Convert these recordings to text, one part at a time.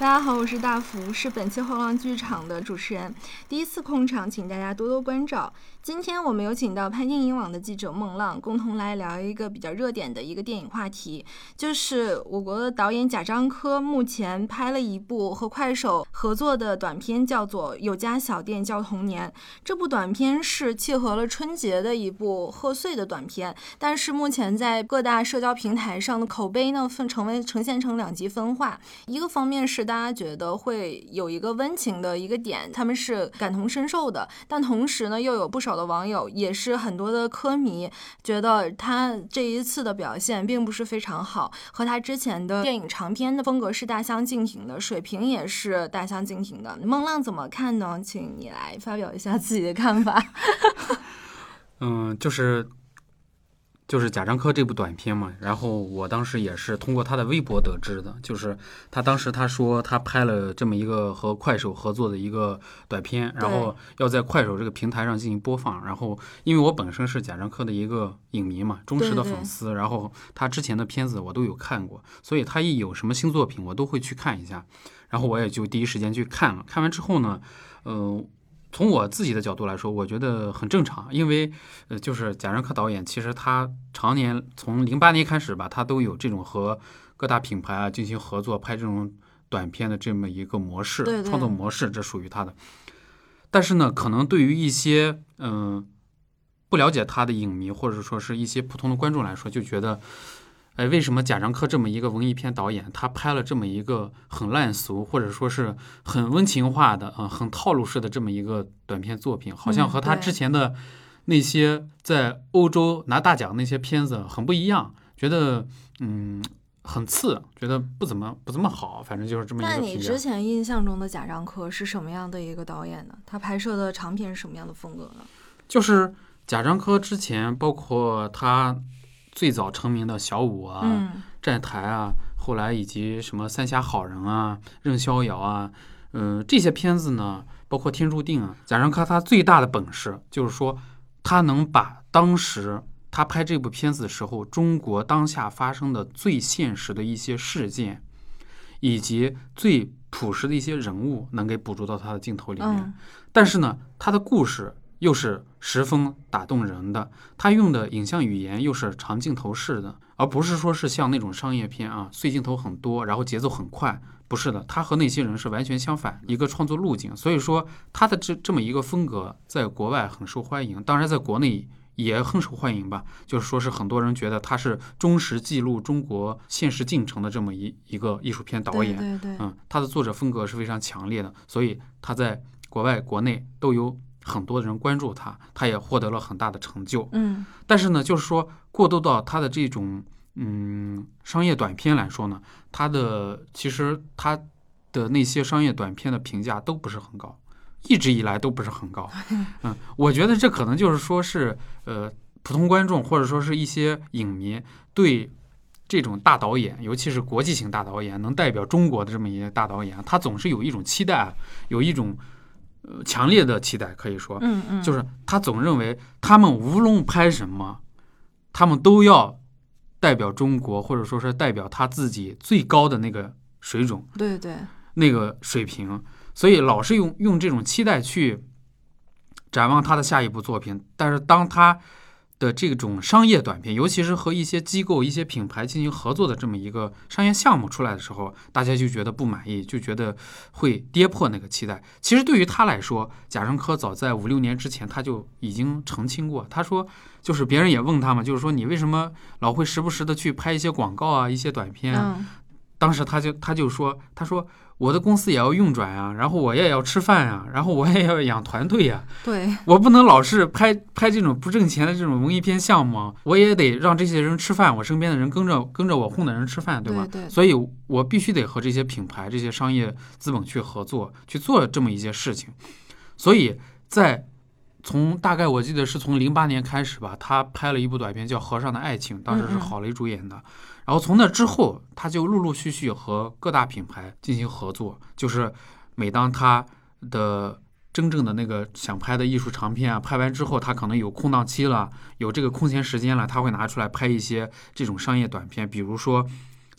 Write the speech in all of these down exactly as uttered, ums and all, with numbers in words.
大家好，我是大福，是本期后浪剧场的主持人。第一次控场，请大家多多关照。今天我们有请到拍电影网的记者孟浪，共同来聊一个比较热点的一个电影话题，就是我国的导演贾樟柯目前拍了一部和快手合作的短片，叫做《有家小店叫童年》。这部短片是契合了春节的一部贺岁的短片，但是目前在各大社交平台上的口碑呢，分成为呈现成两极分化。一个方面是大家觉得会有一个温情的一个点，他们是感同身受的，但同时呢，又有不少的网友，也是很多的科迷，觉得他这一次的表现并不是非常好，和他之前的电影长片的风格是大相径庭的，水平也是大相径庭的。孟浪怎么看呢？请你来发表一下自己的看法。 嗯，就是就是贾樟柯这部短片嘛，然后我当时也是通过他的微博得知的，就是他当时他说他拍了这么一个和快手合作的一个短片，然后要在快手这个平台上进行播放，然后因为我本身是贾樟柯的一个影迷嘛，忠实的粉丝，对对，然后他之前的片子我都有看过，所以他一有什么新作品我都会去看一下，然后我也就第一时间去看了，看完之后呢，呃从我自己的角度来说，我觉得很正常，因为呃，就是贾樟柯导演，其实他常年从零八年开始吧，他都有这种和各大品牌啊进行合作拍这种短片的这么一个模式， 对对， 创作模式，这属于他的。但是呢，可能对于一些嗯、呃、不了解他的影迷，或者说是一些普通的观众来说，就觉得。哎，为什么贾樟柯这么一个文艺片导演，他拍了这么一个很烂俗，或者说是很温情化的、呃、很套路式的这么一个短片作品，好像和他之前的那些在欧洲拿大奖那些片子很不一样，觉得嗯很次，觉得不怎么不怎么好，反正就是这么一个。 那你之前印象中的贾樟柯是什么样的一个导演呢？他拍摄的长片是什么样的风格呢？ 就是贾樟柯之前，包括他最早成名的小五啊、 嗯、 站台啊，后来以及什么三峡好人啊、任逍遥啊，嗯、呃，这些片子呢，包括天注定啊，贾樟柯他最大的本事就是说，他能把当时他拍这部片子的时候，中国当下发生的最现实的一些事件，以及最朴实的一些人物，能给捕捉到他的镜头里面。 嗯、 但是呢，他的故事又是十分打动人的，他用的影像语言又是长镜头式的，而不是说是像那种商业片啊，碎镜头很多，然后节奏很快，不是的，他和那些人是完全相反一个创作路径，所以说他的这这么一个风格在国外很受欢迎，当然在国内也很受欢迎吧，就是说是很多人觉得他是忠实记录中国现实进程的这么一一个艺术片导演， 对对对， 嗯，他的作者风格是非常强烈的，所以他在国外国内都有很多人关注他，他也获得了很大的成就。 嗯， 但是呢，就是说过渡到他的这种嗯商业短片来说呢，他的其实他的那些商业短片的评价都不是很高，一直以来都不是很高。嗯，我觉得这可能就是说是呃普通观众或者说是一些影迷对这种大导演，尤其是国际型大导演，能代表中国的这么一个大导演，他总是有一种期待，有一种。呃，强烈的期待可以说， 嗯嗯， 就是他总认为他们无论拍什么，他们都要代表中国，或者说是代表他自己最高的那个水准， 对对， 那个水平，所以老是用用这种期待去展望他的下一部作品。但是当他的这种商业短片，尤其是和一些机构、一些品牌进行合作的这么一个商业项目出来的时候，大家就觉得不满意，就觉得会跌破那个期待。其实对于他来说，贾樟柯早在五六年之前他就已经澄清过，他说，就是别人也问他嘛，就是说你为什么老会时不时的去拍一些广告啊、一些短片啊？ 嗯、 当时他就他就说，他说。我的公司也要运转呀、啊，然后我也要吃饭呀、啊，然后我也要养团队呀、 啊。对， 我不能老是拍拍这种不挣钱的这种文艺片项目，我也得让这些人吃饭，我身边的人跟着跟着我混的人吃饭，对吧？ 对对。 所以我必须得和这些品牌、这些商业资本去合作，去做这么一些事情。所以在从大概我记得是从零八年开始吧，他拍了一部短片叫《和尚的爱情》，当时是郝蕾主演的。嗯嗯，然后从那之后，他就陆陆续续和各大品牌进行合作，就是每当他的真正的那个想拍的艺术长片啊，拍完之后，他可能有空档期了，有这个空闲时间了，他会拿出来拍一些这种商业短片，比如说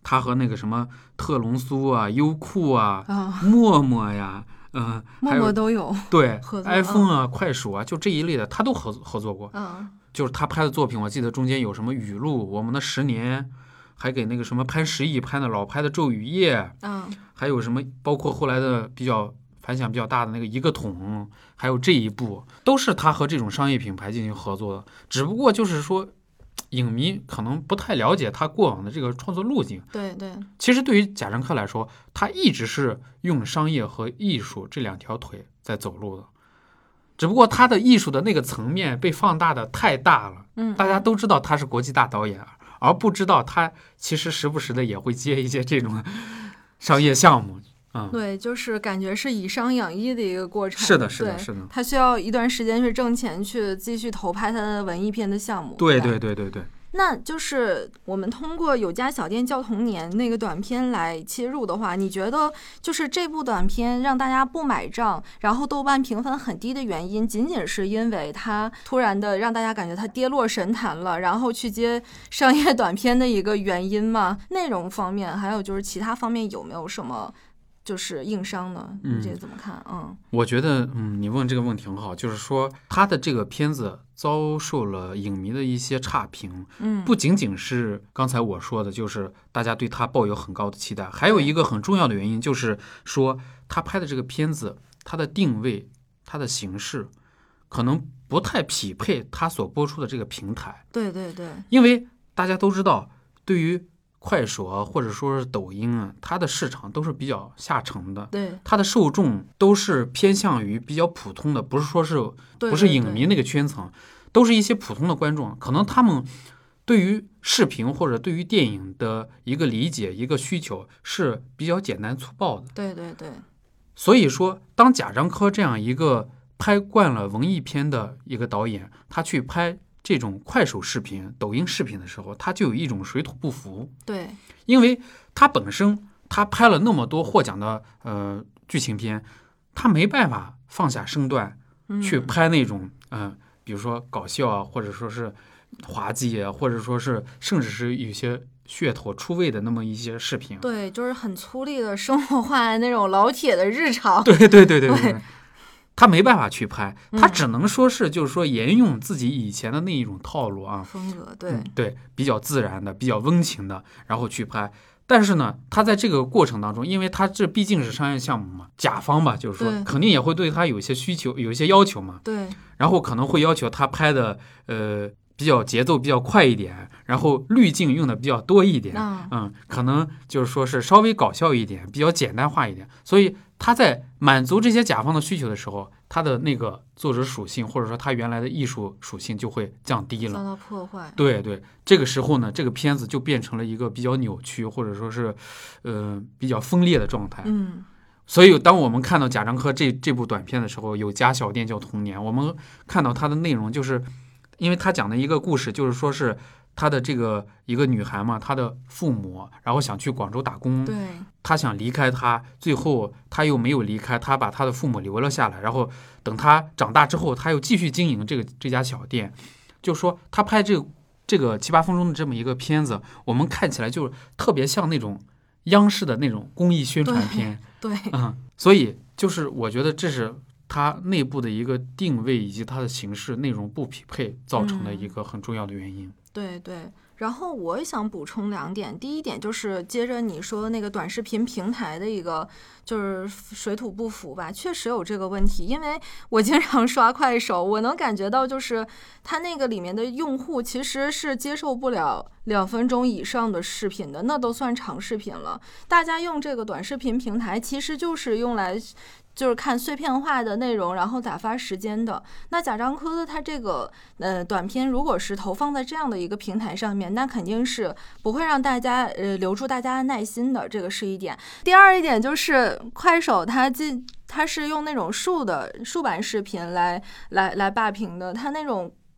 他和那个什么特龙苏啊、优酷啊、 啊， 陌陌呀，嗯、呃， 陌陌都有对合作 iPhone 啊、快手啊，就这一类的，他都合合作过。 嗯， 就是他拍的作品，我记得中间有什么语录、我们的十年，还给那个什么潘石屹拍的老拍的《骤雨夜》， 嗯， 还有什么包括后来的比较反响比较大的那个一个桶，还有这一部，都是他和这种商业品牌进行合作的。只不过就是说，影迷可能不太了解他过往的这个创作路径。 对对， 其实对于贾樟柯来说，他一直是用商业和艺术这两条腿在走路的。只不过他的艺术的那个层面被放大的太大了， 嗯， 大家都知道他是国际大导演，而不知道他其实时不时的也会接一些这种商业项目。嗯， 对，就是感觉是以商养艺的一个过程。 是的，是的，是的。 他需要一段时间去挣钱，去继续投拍他的文艺片的项目。 对对对对对。 那就是我们通过《有家小店叫童年》那个短片来切入的话，你觉得就是这部短片让大家不买账，然后豆瓣评分很低的原因，仅仅是因为它突然的让大家感觉它跌落神坛了，然后去接商业短片的一个原因吗？内容方面，还有就是其他方面有没有什么就是硬伤呢？你这怎么看？嗯， 我觉得，嗯，你问这个问题很好，就是说他的这个片子遭受了影迷的一些差评， 嗯， 不仅仅是刚才我说的，就是大家对他抱有很高的期待，还有一个很重要的原因就是说他拍的这个片子，它的定位、它的形式，可能不太匹配他所播出的这个平台。 对对对， 因为大家都知道，对于快手啊，或者说是抖音啊，它的市场都是比较下沉的， 对， 它的受众都是偏向于比较普通的，不是说是对不是影迷那个圈层，都是一些普通的观众，可能他们对于视频或者对于电影的一个理解、一个需求是比较简单粗暴的。 对对对， 所以说，当贾樟柯这样一个拍惯了文艺片的一个导演，他去拍这种快手视频、抖音视频的时候，他就有一种水土不服。 对， 因为他本身他拍了那么多获奖的呃剧情片，他没办法放下身段去拍那种嗯、呃，比如说搞笑啊，或者说是滑稽啊，或者说是甚至是有些噱头出位的那么一些视频。 对，就是很粗粝的生活化那种老铁的日常。 对对对对 对, 对。他没办法去拍， 嗯他只能说是就是说沿用自己以前的那一种套路啊， 风格，对、 嗯、对，比较自然的、比较温情的，然后去拍。但是呢，他在这个过程当中，因为他这毕竟是商业项目嘛，甲方吧，就是说肯定也会对他有一些需求、有一些要求嘛。 对。 然后可能会要求他拍的呃比较节奏比较快一点，然后滤镜用的比较多一点， 嗯, 嗯，可能就是说是稍微搞笑一点，比较简单化一点。所以他在满足这些甲方的需求的时候，他的那个作者属性或者说他原来的艺术属性就会降低了， 遭到破坏。 对对，这个时候呢，这个片子就变成了一个比较扭曲或者说是呃比较分裂的状态。 嗯。 所以，当我们看到贾樟柯这这部短片的时候，有家小店叫童年，我们看到它的内容，就是因为他讲的一个故事，就是说是他的这个一个女孩嘛，她的父母然后想去广州打工， 对， 她想离开他，最后他又没有离开，他把他的父母留了下来，然后等他长大之后，他又继续经营这个这家小店，就说他拍这个这个七八分钟的这么一个片子，我们看起来就特别像那种央视的那种公益宣传片。 对， 嗯，所以就是我觉得这是它内部的一个定位以及它的形式内容不匹配造成的一个很重要的原因。嗯、 对对。然后我也想补充两点，第一点就是接着你说那个短视频平台的一个就是水土不服吧，确实有这个问题，因为我经常刷快手，我能感觉到就是它那个里面的用户其实是接受不了两分钟以上的视频的，那都算长视频了。大家用这个短视频平台其实就是用来就是看碎片化的内容，然后打发时间的。那贾樟柯的他这个呃短片，如果是投放在这样的一个平台上面，那肯定是不会让大家呃留住大家的耐心的，这个是一点。第二一点就是快手它它是用那种竖的竖版视频来来来霸屏的，它那种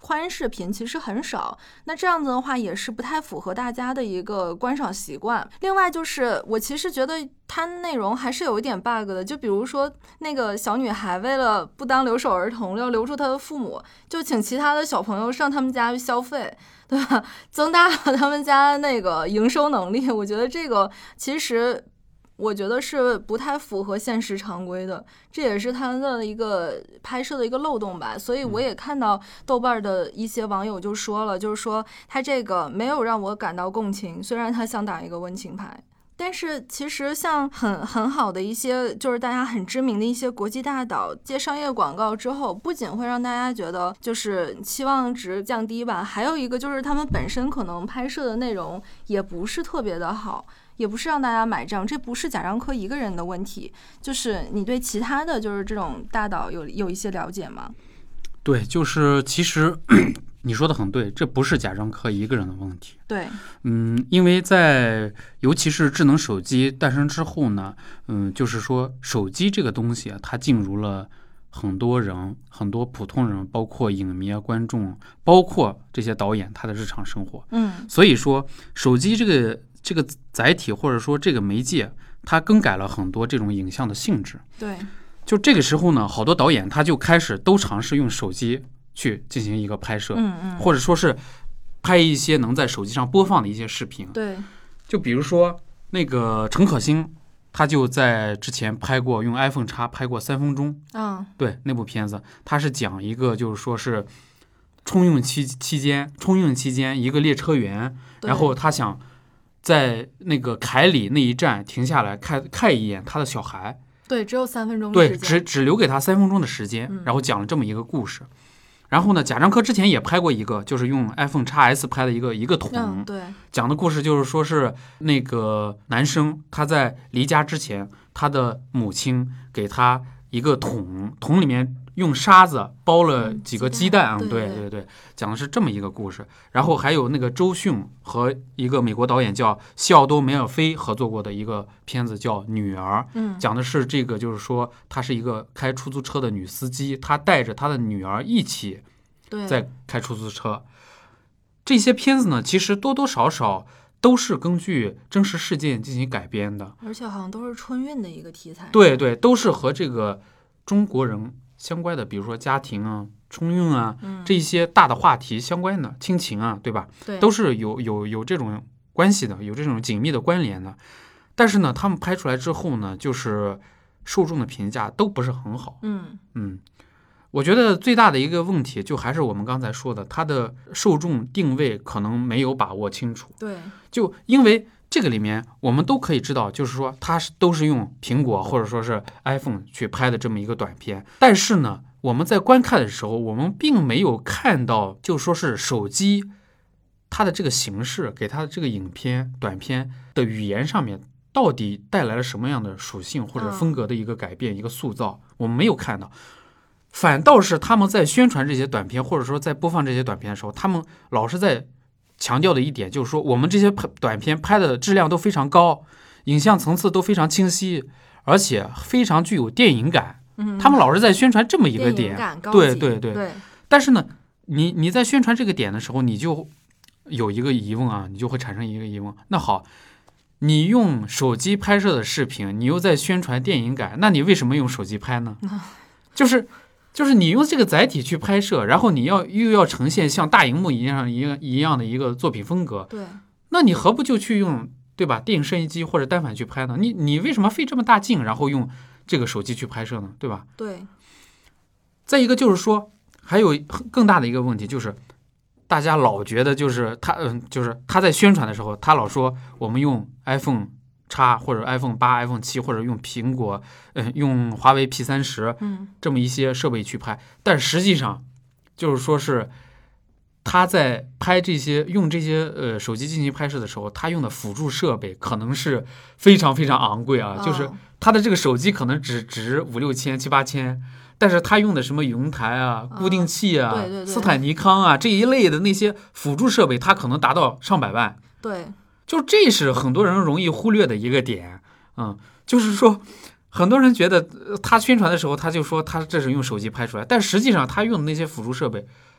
宽视频其实很少，那这样子的话也是不太符合大家的一个观赏习惯。另外就是我其实觉得它内容还是有一点 bug 的，就比如说那个小女孩为了不当留守儿童，要留住她的父母，就请其他的小朋友上他们家去消费，对吧？增大了他们家那个营收能力。我觉得这个其实我觉得是不太符合现实常规的，这也是他的一个拍摄的一个漏洞吧。所以我也看到豆瓣的一些网友就说了，就是说他这个没有让我感到共情，虽然他想打一个温情牌。但是其实像很很好的一些就是大家很知名的一些国际大导接商业广告之后，不仅会让大家觉得就是期望值降低吧，还有一个就是他们本身可能拍摄的内容也不是特别的好，也不是让大家买账。这不是贾樟柯一个人的问题，就是你对其他的就是这种大导有有一些了解吗？ 对，就是其实你说的很对，这不是贾樟柯一个人的问题。 对， 嗯，因为在尤其是智能手机诞生之后呢，嗯，就是说手机这个东西啊，它进入了很多人、很多普通人，包括影迷啊、观众，包括这些导演他的日常生活。 嗯， 所以说手机这个这个载体或者说这个媒介，它更改了很多这种影像的性质。 对。 就这个时候呢，好多导演他就开始都尝试用手机去进行一个拍摄， 嗯嗯， 或者说是拍一些能在手机上播放的一些视频。 对， 就比如说那个陈可辛，他就在之前拍过用 iPhone X 拍过三分钟， 嗯， 对，那部片子，他是讲一个就是说是春运期期间，春运期间一个列车员，然后他想在那个凯里那一站停下来看看一眼他的小孩。 对，只有三分钟的时间， 对，只只留给他三分钟的时间， 嗯、 然后讲了这么一个故事。然后呢，贾樟柯之前也拍过一个，就是用 iPhone X S 拍的一个一个桶、 嗯，对， 讲的故事就是说是那个男生他在离家之前，他的母亲给他一个桶，桶里面用沙子包了几个鸡蛋， 嗯、 对对对对，讲的是这么一个故事。然后还有那个周迅和一个美国导演叫西奥多·梅尔菲合作过的一个片子叫《女儿》， 嗯， 讲的是这个就是说她是一个开出租车的女司机，她带着她的女儿一起在开出租车。这些片子呢，其实多多少少都是根据真实事件进行改编的， 而且好像都是春运的一个题材。 对对，都是和这个中国人相关的，比如说家庭啊、春运啊、 嗯、 这些大的话题相关的，亲情啊，对吧？ 对， 都是有有有这种关系的，有这种紧密的关联的。但是呢，他们拍出来之后呢，就是受众的评价都不是很好。 嗯嗯，我觉得最大的一个问题就还是我们刚才说的，它的受众定位可能没有把握清楚。 对， 就因为这个里面我们都可以知道，就是说它是都是用苹果或者说是 iPhone 去拍的这么一个短片，但是呢，我们在观看的时候，我们并没有看到，就说是手机它的这个形式给它的这个影片短片的语言上面到底带来了什么样的属性或者风格的一个改变、嗯、一个塑造，我们没有看到。反倒是他们在宣传这些短片，或者说在播放这些短片的时候，他们老是在强调的一点就是说，我们这些短片拍的质量都非常高，影像层次都非常清晰，而且非常具有电影感。 嗯， 他们老是在宣传这么一个点，对对对, 对。但是呢，你你在宣传这个点的时候，你就有一个疑问啊，你就会产生一个疑问。那好，你用手机拍摄的视频，你又在宣传电影感，那你为什么用手机拍呢？就是。就是你用这个载体去拍摄，然后你要又要呈现像大荧幕一样一样一样的一个作品风格， 对， 那你何不就去用对吧电影摄影机或者单反去拍呢？你你为什么费这么大劲，然后用这个手机去拍摄呢？对吧？ 对。 再一个就是说，还有更大的一个问题就是，大家老觉得就是他嗯，就是他在宣传的时候，他老说我们用 iPhone。叉或者 iPhone 八、iPhone 七，或者用苹果，嗯、呃，用华为 P 三十， 嗯， 这么一些设备去拍，但实际上，就是说是他在拍这些用这些呃手机进行拍摄的时候，他用的辅助设备可能是非常非常昂贵啊， 哦、 就是他的这个手机可能只值五六千、七八千，但是他用的什么云台啊、固定器啊、 哦、对对对斯坦尼康啊这一类的那些辅助设备，它可能达到上百万。 对。 就这是很多人容易忽略的一个点，嗯，就是说，很多人觉得他宣传的时候，他就说他这是用手机拍出来，但实际上他用的那些辅助设备，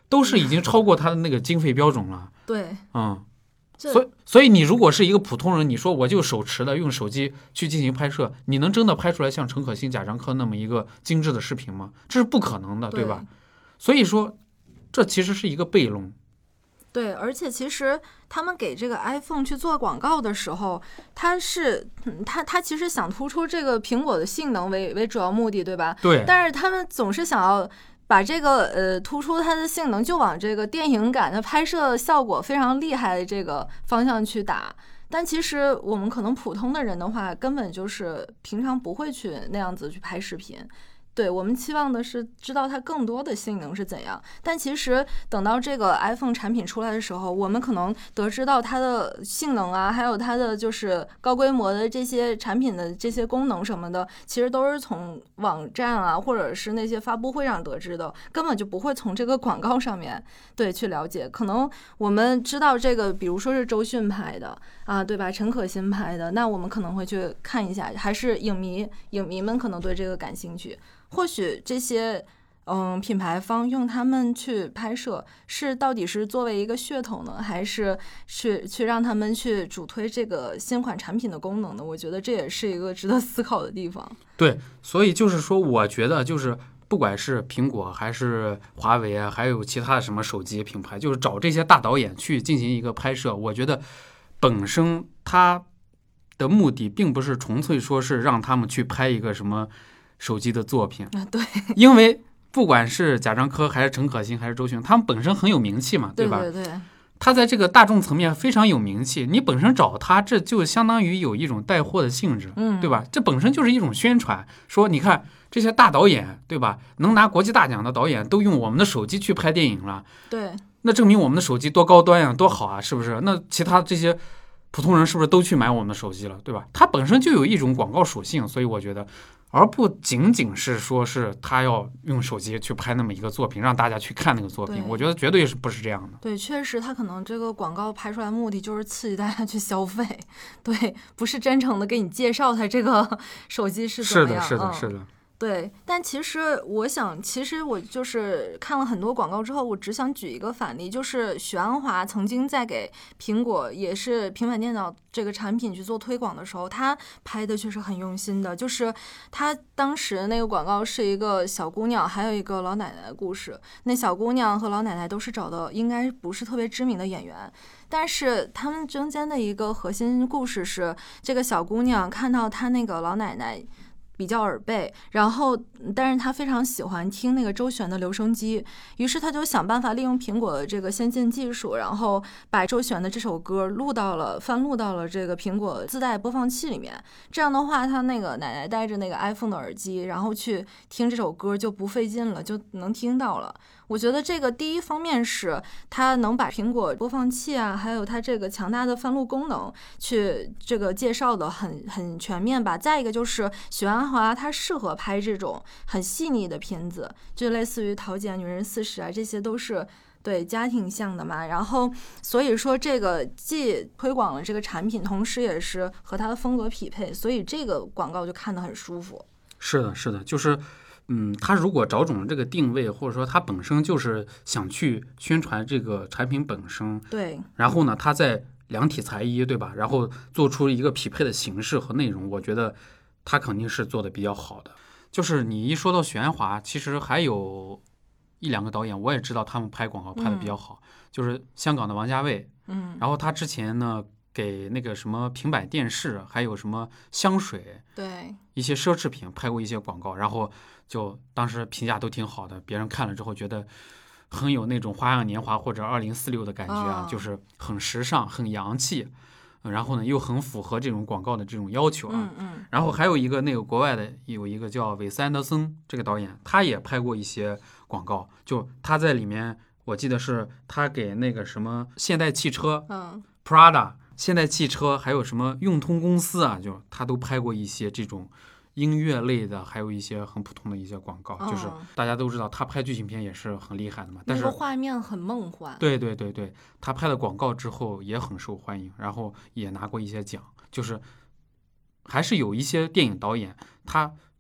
都是已经超过他的那个经费标准了。 对， 嗯。所以，所以你如果是一个普通人，你说我就手持的用手机去进行拍摄，你能真的拍出来像陈可辛、贾樟柯那么一个精致的视频吗？这是不可能的， 对, 对吧？所以说，这其实是一个悖论。 对，而且其实他们给这个 iPhone 去做广告的时候，他是他他其实想突出这个苹果的性能为为主要目的，对吧？ 对。 但是他们总是想要把这个呃突出它的性能，就往这个电影感、它拍摄效果非常厉害的这个方向去打。但其实我们可能普通的人的话，根本就是平常不会去那样子去拍视频。对，我们期望的是知道它更多的性能是怎样，但其实等到这个 iPhone 产品出来的时候，我们可能得知到它的性能啊，还有它的就是高规模的这些产品的这些功能什么的，其实都是从网站啊，或者是那些发布会上得知的，根本就不会从这个广告上面对去了解。可能我们知道这个，比如说是周迅拍的啊，对吧？陈可辛拍的，那我们可能会去看一下，还是影迷影迷们可能对这个感兴趣。或许这些嗯品牌方用他们去拍摄，是到底是作为一个噱头呢，还是去去让他们去主推这个新款产品的功能呢？我觉得这也是一个值得思考的地方。 对，所以就是说，我觉得就是不管是苹果还是华为啊，还有其他的什么手机品牌，就是找这些大导演去进行一个拍摄，我觉得本身它的目的并不是纯粹说是让他们去拍一个什么手机的作品， 对， 因为不管是贾樟柯还是陈可辛还是周迅，他们本身很有名气嘛，对吧？ 对对对， 他在这个大众层面非常有名气，你本身找他，这就相当于有一种带货的性质， 嗯， 对吧？这本身就是一种宣传，说你看这些大导演，对吧？能拿国际大奖的导演都用我们的手机去拍电影了， 对， 那证明我们的手机多高端呀，多好啊，是不是？那其他这些普通人是不是都去买我们的手机了，对吧？它本身就有一种广告属性，所以我觉得。而不仅仅是说是他要用手机去拍那么一个作品，让大家去看那个作品，我觉得绝对是不是这样的。 对，确实他可能这个广告拍出来目的就是刺激大家去消费，对，不是真诚的给你介绍他这个手机是怎么样。 是的，是的，是的。 嗯对，但其实我想，其实我就是看了很多广告之后，我只想举一个反例，就是许鞍华曾经在给苹果也是平板电脑这个产品去做推广的时候，他拍的确实很用心的。就是他当时那个广告是一个小姑娘，还有一个老奶奶的故事。那小姑娘和老奶奶都是找的应该不是特别知名的演员，但是他们中间的一个核心故事是，这个小姑娘看到她那个老奶奶比较耳背，然后但是他非常喜欢听那个周璇的留声机，于是他就想办法利用苹果的这个先进技术，然后把周璇的这首歌录到了翻录到了这个苹果自带播放器里面。这样的话，他那个奶奶带着那个 iPhone 的耳机，然后去听这首歌就不费劲了，就能听到了。我觉得这个第一方面是它能把苹果播放器啊，还有它这个强大的翻录功能去这个介绍的很很全面吧。再一个就是许鞍华它适合拍这种很细腻的片子，就类似于《桃姐女人四十》啊，这些都是对家庭向的嘛。然后所以说这个既推广了这个产品，同时也是和它的风格匹配，所以这个广告就看得很舒服。 是的，是的，就是嗯，他如果找准了这个定位，或者说他本身就是想去宣传这个产品本身， 对， 然后呢，他再量体裁衣，对吧？然后做出一个匹配的形式和内容，我觉得他肯定是做的比较好的。就是你一说到许鞍华，其实还有一两个导演，我也知道他们拍广告拍的比较好，嗯、就是香港的王家卫， 嗯， 然后他之前呢。给那个什么平板电视，还有什么香水， 对， 一些奢侈品拍过一些广告，然后就当时评价都挺好的，别人看了之后觉得很有那种花样年华或者二零四六的感觉啊，哦、就是很时尚、很洋气，然后呢又很符合这种广告的这种要求啊。 嗯嗯。 然后还有一个那个国外的有一个叫韦斯安德森这个导演，他也拍过一些广告，就他在里面，我记得是他给那个什么现代汽车， 嗯 ，Prada。现代汽车还有什么运通公司啊，就他都拍过一些这种音乐类的，还有一些很普通的一些广告， 哦、 就是大家都知道他拍剧情片也是很厉害的嘛。但是那个画面很梦幻。 对对对对，他拍了广告之后也很受欢迎，然后也拿过一些奖。就是还是有一些电影导演，他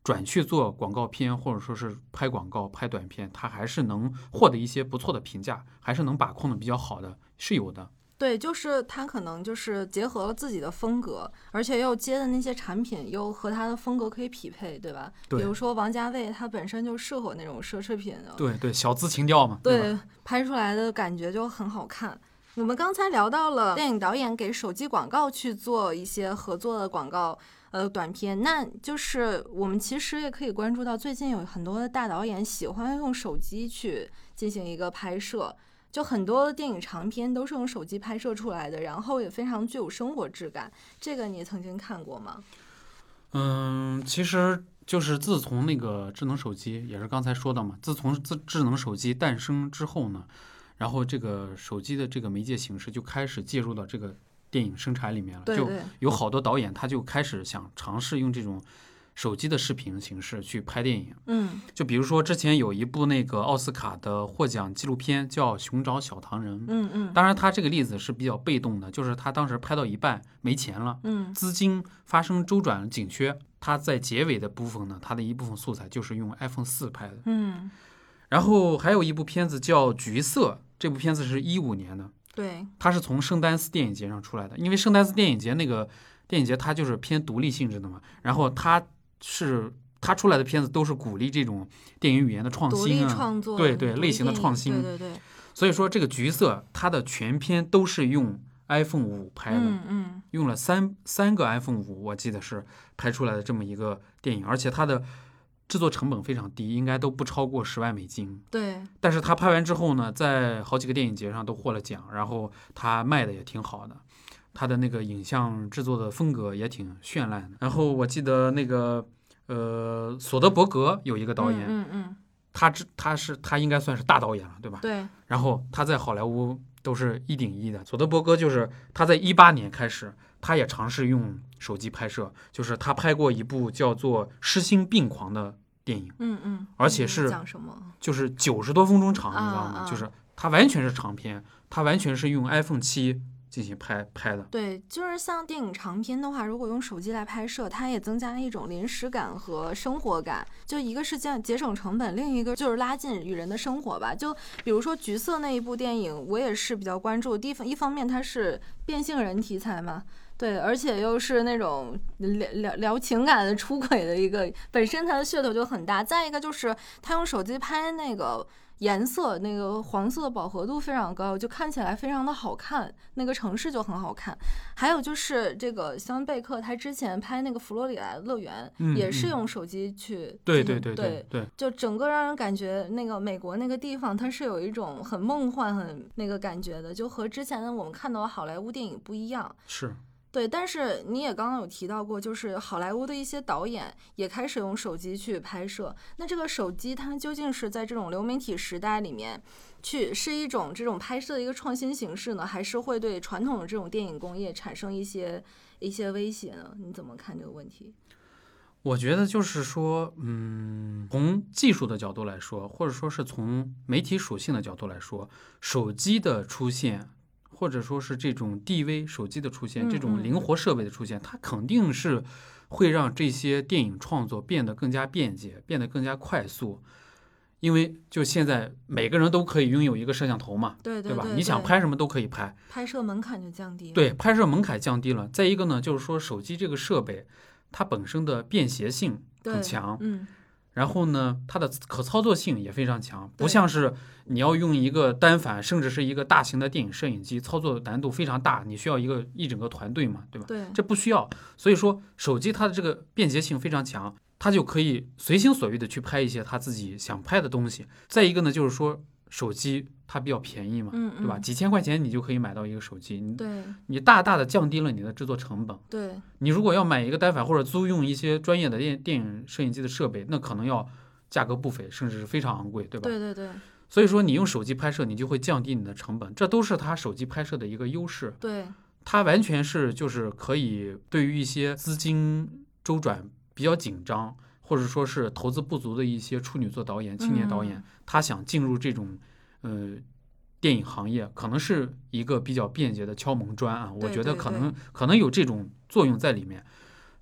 转去做广告片，或者说是拍广告、拍短片，他还是能获得一些不错的评价，还是能把控的比较好的，是有的。 对，就是他可能就是结合了自己的风格，而且又接的那些产品又和他的风格可以匹配，对吧？ 对， 比如说王家卫，他本身就适合那种奢侈品的， 对对，小资情调嘛，对对，拍出来的感觉就很好看。我们刚才聊到了电影导演给手机广告去做一些合作的广告呃短片，那就是我们其实也可以关注到最近有很多的大导演喜欢用手机去进行一个拍摄，就很多电影长片都是用手机拍摄出来的，然后也非常具有生活质感。这个你曾经看过吗？ 嗯，其实就是自从那个智能手机，也是刚才说的嘛，自从自智能手机诞生之后呢，然后这个手机的这个媒介形式就开始介入到这个电影生产里面了。 对对， 就有好多导演他就开始想尝试用这种手机的视频形式去拍电影。 嗯， 就比如说之前有一部那个奥斯卡的获奖纪录片叫《寻找小唐人》。 嗯嗯， 当然他这个例子是比较被动的，就是他当时拍到一半没钱了， 嗯， 资金发生周转紧缺，他在结尾的部分呢，他的一部分素材就是用 iPhone 四拍的。 嗯， 然后还有一部片子叫《橘色》，这部片子是一五年的， 对， 它是从圣丹斯电影节上出来的。因为圣丹斯电影节那个电影节它就是偏独立性质的嘛，然后它是它出来的片子都是鼓励这种电影语言的创新啊， 创作， 对对，类型的创新， 对对对。 所以说这个橘色它的全片都是用 iPhone 五拍的， 嗯嗯， 用了三三个 iPhone 五，我记得是拍出来的这么一个电影，而且它的制作成本非常低，应该都不超过十万美金。 对， 但是他拍完之后呢，在好几个电影节上都获了奖，然后他卖的也挺好的，他的那个影像制作的风格也挺绚烂的。然后我记得那个呃，索德伯格有一个导演， 嗯嗯嗯， 他他是他应该算是大导演了，对吧？ 对。 然后他在好莱坞都是一顶一的。索德伯格就是他在一八年开始，他也尝试用手机拍摄，就是他拍过一部叫做《失心病狂》的电影， 嗯嗯， 而且是讲什么？ 就是九十多分钟长， 啊你知道吗？ 啊就是它完全是长片，它完全是用 iPhone 七进行拍拍的。 对，就是像电影长片的话，如果用手机来拍摄，它也增加了一种临时感和生活感。就一个是节节省成本，另一个就是拉近与人的生活吧。就比如说《橘色》那一部电影，我也是比较关注。第一一方面，它是变性人题材嘛。对，而且又是那种聊聊聊情感的出轨的一个，本身它的噱头就很大。再一个就是他用手机拍那个颜色，那个黄色饱和度非常高，就看起来非常的好看，那个城市就很好看。还有就是这个肖贝克，他之前拍那个佛罗里达乐园， 嗯、 也是用手机去对对对对对， 就整个让人感觉那个美国那个地方，它是有一种很梦幻、很那个感觉的，就和之前的我们看到的好莱坞电影不一样。 是。 对，但是你也刚刚有提到过，就是好莱坞的一些导演也开始用手机去拍摄。那这个手机它究竟是在这种流媒体时代里面，去是一种这种拍摄的一个创新形式呢，还是会对传统的这种电影工业产生一些一些威胁呢？你怎么看这个问题？ 我觉得就是说，嗯，从技术的角度来说，或者说是从媒体属性的角度来说，手机的出现。或者说是这种 D V 手机的出现，这种灵活设备的出现，它肯定是会让这些电影创作变得更加便捷，变得更加快速。因为就现在每个人都可以拥有一个摄像头嘛， 对对对吧？你想拍什么都可以拍， 拍摄门槛就降低了。 对，拍摄门槛降低了。再一个呢，就是说手机这个设备，它本身的便携性很强， 嗯。 然后呢，它的可操作性也非常强，不像是你要用一个单反，甚至是一个大型的电影摄影机，操作难度非常大，你需要一个一整个团队嘛，对吧？ 对， 这不需要。所以说，手机它的这个便捷性非常强，它就可以随心所欲的去拍一些他自己想拍的东西。再一个呢，就是说手机它比较便宜嘛， 嗯嗯对吧？几千块钱你就可以买到一个手机，你对， 你大大的降低了你的制作成本。 对， 你如果要买一个单反或者租用一些专业的电电影摄影机的设备，那可能要价格不菲，甚至是非常昂贵，对吧？ 对对对。 所以说你用手机拍摄，你就会降低你的成本，这都是它手机拍摄的一个优势。 对， 它完全是就是可以对于一些资金周转比较紧张，或者说是投资不足的一些处女座导演、青年导演， 嗯、 他想进入这种呃电影行业，可能是一个比较便捷的敲门砖啊。我觉得可能可能有这种作用在里面。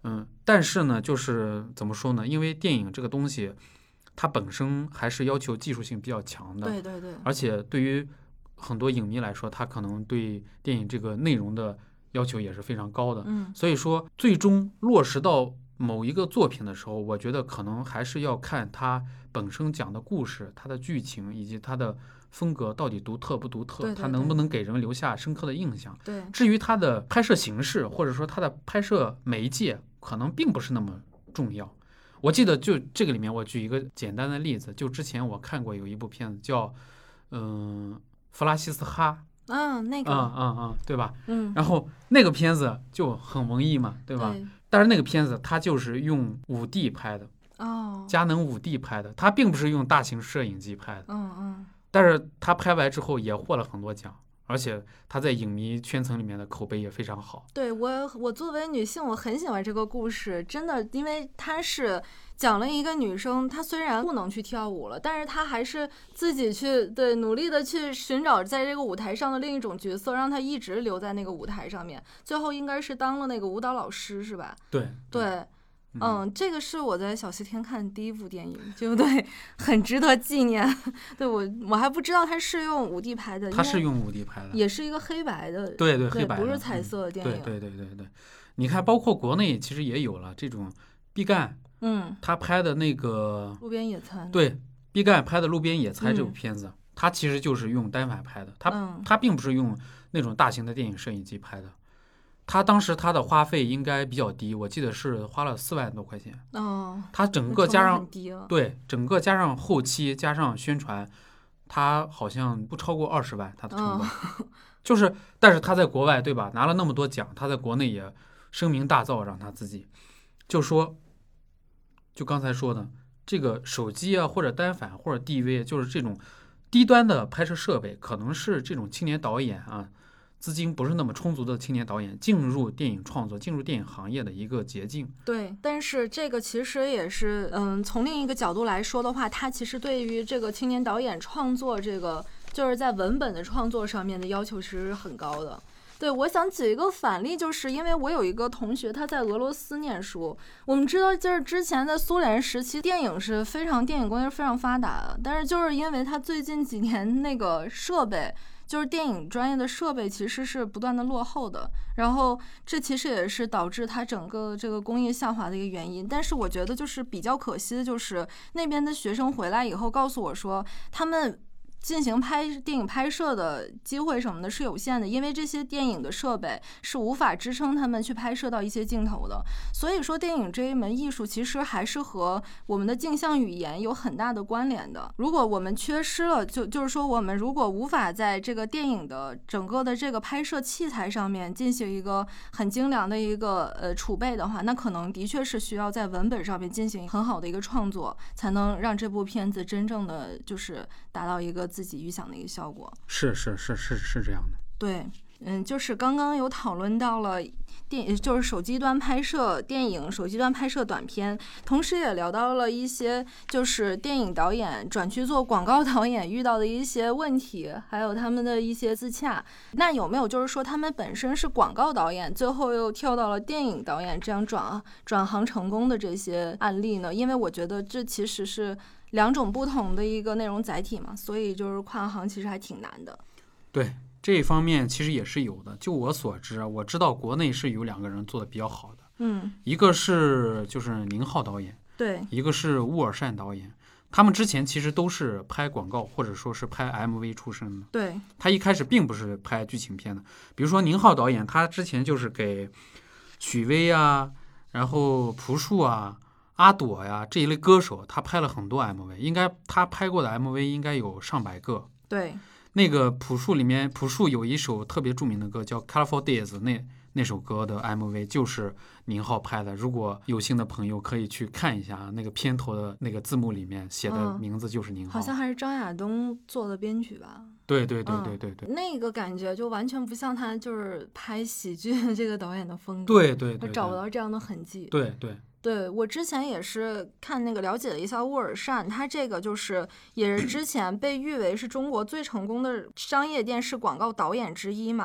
嗯，但是呢，就是怎么说呢？因为电影这个东西，它本身还是要求技术性比较强的， 对对对， 而且对于很多影迷来说，他可能对电影这个内容的要求也是非常高的。 嗯， 所以说，最终落实到某一个作品的时候，我觉得可能还是要看它本身讲的故事、它的剧情以及它的风格到底独特不独特， 对对对它能不能给人留下深刻的印象。 对， 至于它的拍摄形式，或者说它的拍摄媒介，可能并不是那么重要。我记得就这个里面，我举一个简单的例子，就之前我看过有一部片子叫，嗯、弗拉西斯哈， 嗯，那个， 嗯嗯嗯，对吧？ 嗯， 然后那个片子就很文艺嘛，对吧？ 对， 但是那个片子它就是用五 D 拍的， 哦， 佳能五 D 拍的，它并不是用大型摄影机拍的。 嗯嗯， 但是它拍完之后也获了很多奖，而且它在影迷圈层里面的口碑也非常好。 对我，我作为女性，我很喜欢这个故事，真的，因为它是讲了一个女生，她虽然不能去跳舞了，但是她还是自己去对努力的去寻找在这个舞台上的另一种角色，让她一直留在那个舞台上面，最后应该是当了那个舞蹈老师，是吧？ 对对。嗯，这个是我在小西天看的第一部电影，对不对？很值得纪念。对我，我还不知道它是用五 D 拍的， 它是用五 D 拍的， 也是一个黑白的， 对对， 对， 黑白的， 不是彩色的电影。 嗯、对对对对对，你看，包括国内其实也有了这种毕赣， 嗯， 他拍的那个路边野餐， 对，毕赣拍的《路边野餐》这部嗯片子，他其实就是用单反拍的，他嗯他并不是用那种大型的电影摄影机拍的。他当时他的花费应该比较低，我记得是花了四万多块钱。 哦， 他整个加上对整个加上后期加上宣传，他好像不超过二十万，他的成本。 哦、 就是但是他在国外对吧，拿了那么多奖，他在国内也声名大噪，让他自己就说，就刚才说的这个手机啊或者单反或者 D V， 就是这种低端的拍摄设备，可能是这种青年导演啊，资金不是那么充足的青年导演进入电影创作、进入电影行业的一个捷径。 对，但是这个其实也是，嗯，从另一个角度来说的话，它其实对于这个青年导演创作这个，就是在文本的创作上面的要求其实是很高的。对，我想举一个反例，就是因为我有一个同学他在俄罗斯念书，我们知道就是之前在苏联时期，电影是非常电影工业非常发达的，但是就是因为他最近几年那个设备。就是电影专业的设备其实是不断的落后的，然后这其实也是导致它整个这个工业下滑的一个原因。但是我觉得就是比较可惜的就是那边的学生回来以后告诉我说，他们进行拍电影拍摄的机会什么的是有限的，因为这些电影的设备是无法支撑他们去拍摄到一些镜头的。所以说电影这一门艺术其实还是和我们的镜像语言有很大的关联的。如果我们缺失了，就就是说我们如果无法在这个电影的整个的这个拍摄器材上面进行一个很精良的一个呃储备的话，那可能的确是需要在文本上面进行很好的一个创作，才能让这部片子真正的就是达到一个自己预想的一个效果。 是是是是是这样的。 对，嗯，就是刚刚有讨论到了电，就是手机端拍摄电影、手机端拍摄短片，同时也聊到了一些就是电影导演转去做广告导演遇到的一些问题，还有他们的一些自洽。那有没有就是说他们本身是广告导演，最后又跳到了电影导演这样转转行成功的这些案例呢？因为我觉得这其实是两种不同的一个内容载体嘛，所以就是跨行其实还挺难的。 对，这一方面其实也是有的。就我所知，我知道国内是有两个人做的比较好的， 嗯， 一个是就是宁浩导演， 对， 一个是乌尔善导演。他们之前其实都是拍广告或者说是拍 M V 出身的。 对， 他一开始并不是拍剧情片的。比如说宁浩导演，他之前就是给许巍啊，然后朴树啊、阿朵呀这一类歌手，他拍了很多 M V， 应该他拍过的 M V 应该有上百个。 对， 那个朴树里面，朴树有一首特别著名的歌叫《Colorful Days》，那那首歌的 M V 就是宁浩拍的。如果有幸的朋友可以去看一下，那个片头的那个字幕里面写的名字就是宁浩， 嗯、好像还是张亚东做的编曲吧？ 对对对对对对、 嗯，那个感觉就完全不像他就是拍喜剧这个导演的风格。 对对 对, 对， 我找不到这样的痕迹。 对对。 对，我之前也是看那个了解了一下乌尔善，他这个就是也是之前被誉为是中国最成功的商业电视广告导演之一嘛。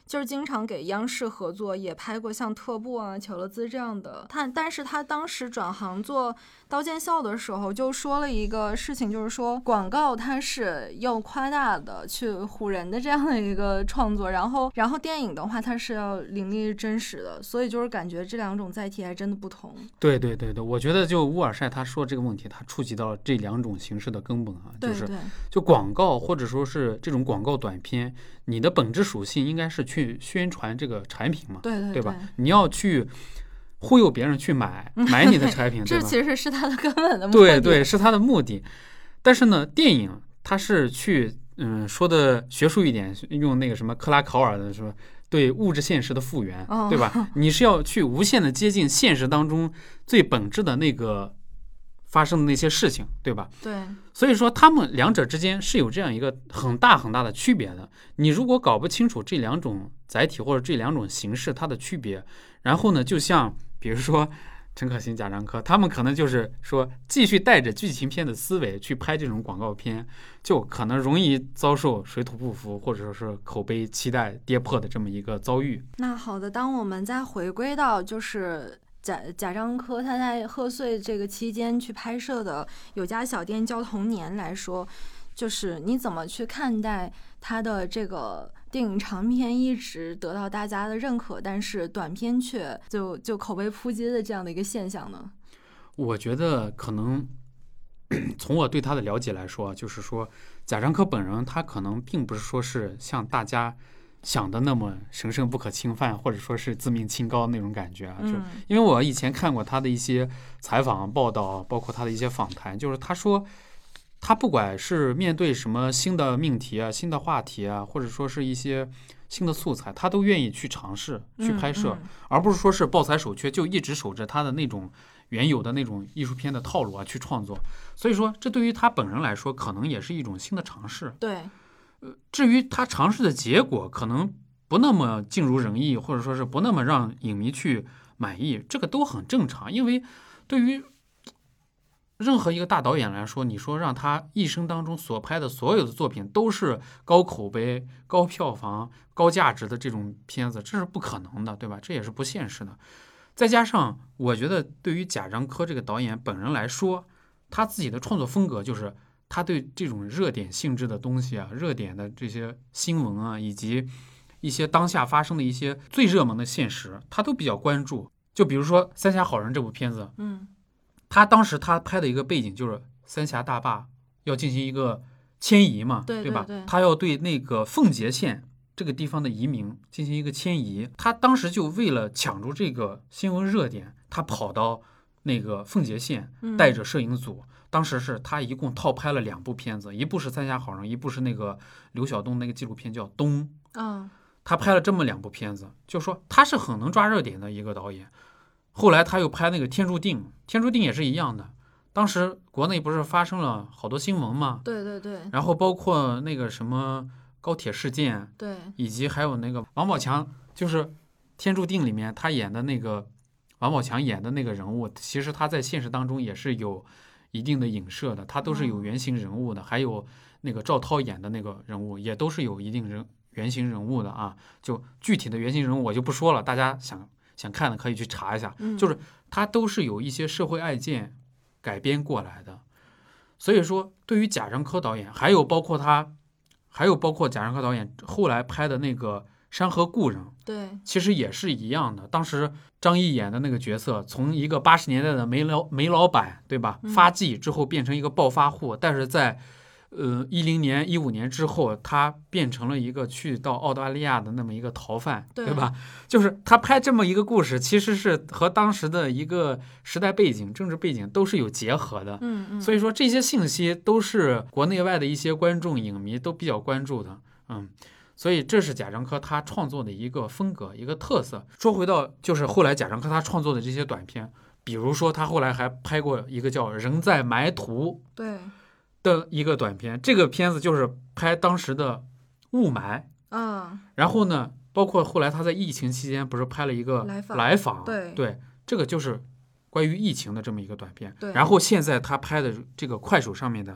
就是经常给央视合作，也拍过像特步啊、乔乐兹这样的。他但是他当时转行做《刀剑笑》的时候，就说了一个事情，就是说广告它是要夸大的、去唬人的这样的一个创作，然后然后电影的话，它是要凌厉真实的，所以就是感觉这两种载体还真的不同。 对对对对，我觉得就乌尔善他说这个问题，他触及到了这两种形式的根本啊，就是就广告或者说是这种广告短片，你的本质属性应该是去宣传这个产品嘛， 对对对, 对吧？你要去忽悠别人去买买你的产品， 这其实是他的根本的目的。 对对，是他的目的。但是呢，电影它是去嗯说的学术一点，用那个什么克拉考尔的说对物质现实的复原， 哦、 对吧？你是要去无限的接近现实当中最本质的那个发生的那些事情，对吧？ 对。 所以说他们两者之间是有这样一个很大很大的区别的。你如果搞不清楚这两种载体或者这两种形式它的区别，然后呢，就像比如说陈可辛、贾樟柯，他们可能就是说继续带着剧情片的思维去拍这种广告片，就可能容易遭受水土不服或者说是口碑期待跌破的这么一个遭遇。 那好的，当我们再回归到就是贾贾樟柯他在贺岁这个期间去拍摄的《有家小店叫童年》来说，就是你怎么去看待他的这个电影长片一直得到大家的认可，但是短片却就就口碑扑街的这样的一个现象呢？ 我觉得可能从我对他的了解来说，就是说贾樟柯本人他可能并不是说是像大家想的那么神圣不可侵犯，或者说是自命清高那种感觉啊。 嗯、 就因为我以前看过他的一些采访报道，包括他的一些访谈，就是他说他不管是面对什么新的命题啊、新的话题啊，或者说是一些新的素材，他都愿意去尝试去拍摄、 嗯嗯、 而不是说是抱残守缺，就一直守着他的那种原有的那种艺术片的套路啊去创作。所以说这对于他本人来说可能也是一种新的尝试。 对， 至于他尝试的结果可能不那么尽如人意，或者说是不那么让影迷去满意，这个都很正常。因为对于任何一个大导演来说，你说让他一生当中所拍的所有的作品都是高口碑、高票房、高价值的这种片子，这是不可能的，对吧？这也是不现实的。再加上我觉得对于贾樟柯这个导演本人来说，他自己的创作风格就是他对这种热点性质的东西啊，热点的这些新闻啊，以及一些当下发生的一些最热门的现实，他都比较关注。就比如说《三峡好人》这部片子， 嗯， 他当时他拍的一个背景就是三峡大坝要进行一个迁移嘛， 对对吧？ 对对， 他要对那个奉节县这个地方的移民进行一个迁移，他当时就为了抢住这个新闻热点，他跑到那个奉节县，带着摄影组。嗯，当时是他一共套拍了两部片子，一部是《三峡好人》，一部是那个刘晓东那个纪录片叫《冬》。 嗯， 他拍了这么两部片子，就说他是很能抓热点的一个导演。后来他又拍那个《天注定》，《天注定》也是一样的。当时国内不是发生了好多新闻嘛？ 对对对。 然后包括那个什么高铁事件， 对， 以及还有那个王宝强，就是《天注定》里面他演的那个王宝强演的那个人物，其实他在现实当中也是有一定的影射的，他都是有原型人物的。还有那个赵涛演的那个人物，也都是有一定人原型人物的啊。就具体的原型人物我就不说了，大家想想看的可以去查一下。 嗯， 就是他都是有一些社会案件改编过来的。所以说，对于贾樟柯导演，还有包括他，还有包括贾樟柯导演后来拍的那个《山河故人》， 对， 其实也是一样的。当时张译演的那个角色，从一个八十年代的煤老煤老板，对吧？发迹之后变成一个暴发户，嗯、但是在呃一零年、一五年之后，他变成了一个去到澳大利亚的那么一个逃犯，对, 对吧？就是他拍这么一个故事，其实是和当时的一个时代背景、政治背景都是有结合的。 嗯嗯。 所以说这些信息都是国内外的一些观众、影迷都比较关注的。嗯。所以这是贾樟柯他创作的一个风格，一个特色。说回到就是后来贾樟柯他创作的这些短片，比如说他后来还拍过一个叫《人在埋土》 对的一个短片，这个片子就是拍当时的雾霾。 嗯， 然后呢，包括后来他在疫情期间不是拍了一个来访， 来访， 对对，这个就是关于疫情的这么一个短片。 对， 然后现在他拍的这个快手上面的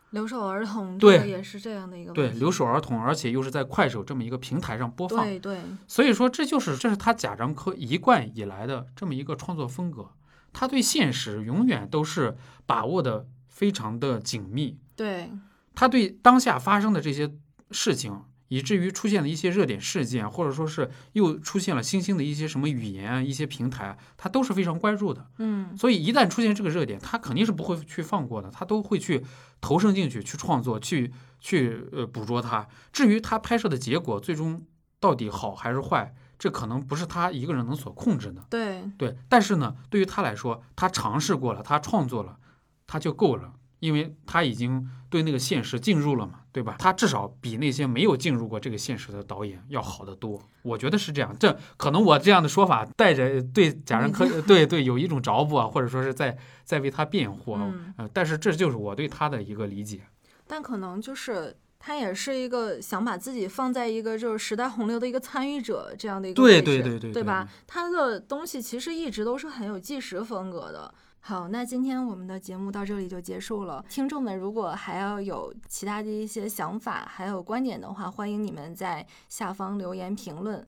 留守儿童， 对， 这个也是这样的一个问对， 题留守儿童，而且又是在快手这么一个平台上播放， 对对， 所以说这就是这是他贾樟柯一贯以来的这么一个创作风格，他对现实永远都是把握的非常的紧密， 对， 他对当下发生的这些事情，以至于出现了一些热点事件，或者说是又出现了新兴的一些什么语言啊、一些平台，他都是非常关注的。 嗯， 所以一旦出现这个热点，他肯定是不会去放过的，他都会去投身进去，去创作，去去呃捕捉它。至于他拍摄的结果最终到底好还是坏，这可能不是他一个人能所控制的。 对对，但是呢，对于他来说，他尝试过了，他创作了，他就够了。因为他已经对那个现实进入了嘛，对吧？他至少比那些没有进入过这个现实的导演要好得多，我觉得是这样。这可能我这样的说法带着对贾樟柯，对对有一种着补啊，或者说是在在为他辩护啊、 嗯呃。但是这就是我对他的一个理解。 但可能就是他也是一个想把自己放在一个就是时代洪流的一个参与者这样的一个位置， 对对对对对吧？他的东西其实一直都是很有纪实风格的。好，那今天我们的节目到这里就结束了。听众们如果还要有其他的一些想法还有观点的话，欢迎你们在下方留言评论。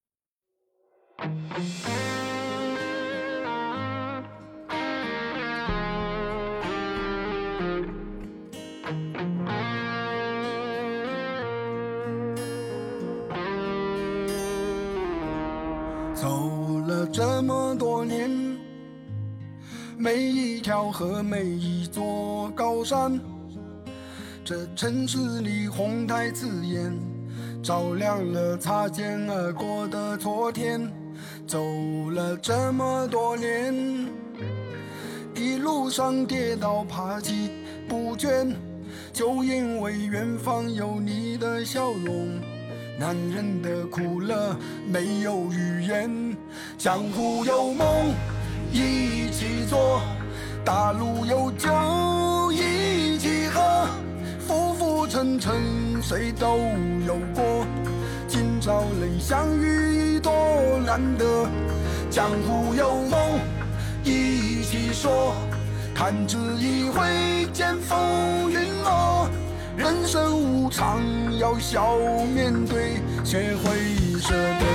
走了这么多年，每一条河，每一座高山，这城市里红台字眼照亮了擦肩而过的昨天。走了这么多年，一路上跌倒爬起不倦，就因为远方有你的笑容。男人的苦乐没有语言，江湖有梦一起做，大路有酒一起喝，浮浮沉沉谁都有过，今朝能相遇多难得。江湖有梦一起说，弹指一挥间风云落，人生无常要笑面对，学会舍得。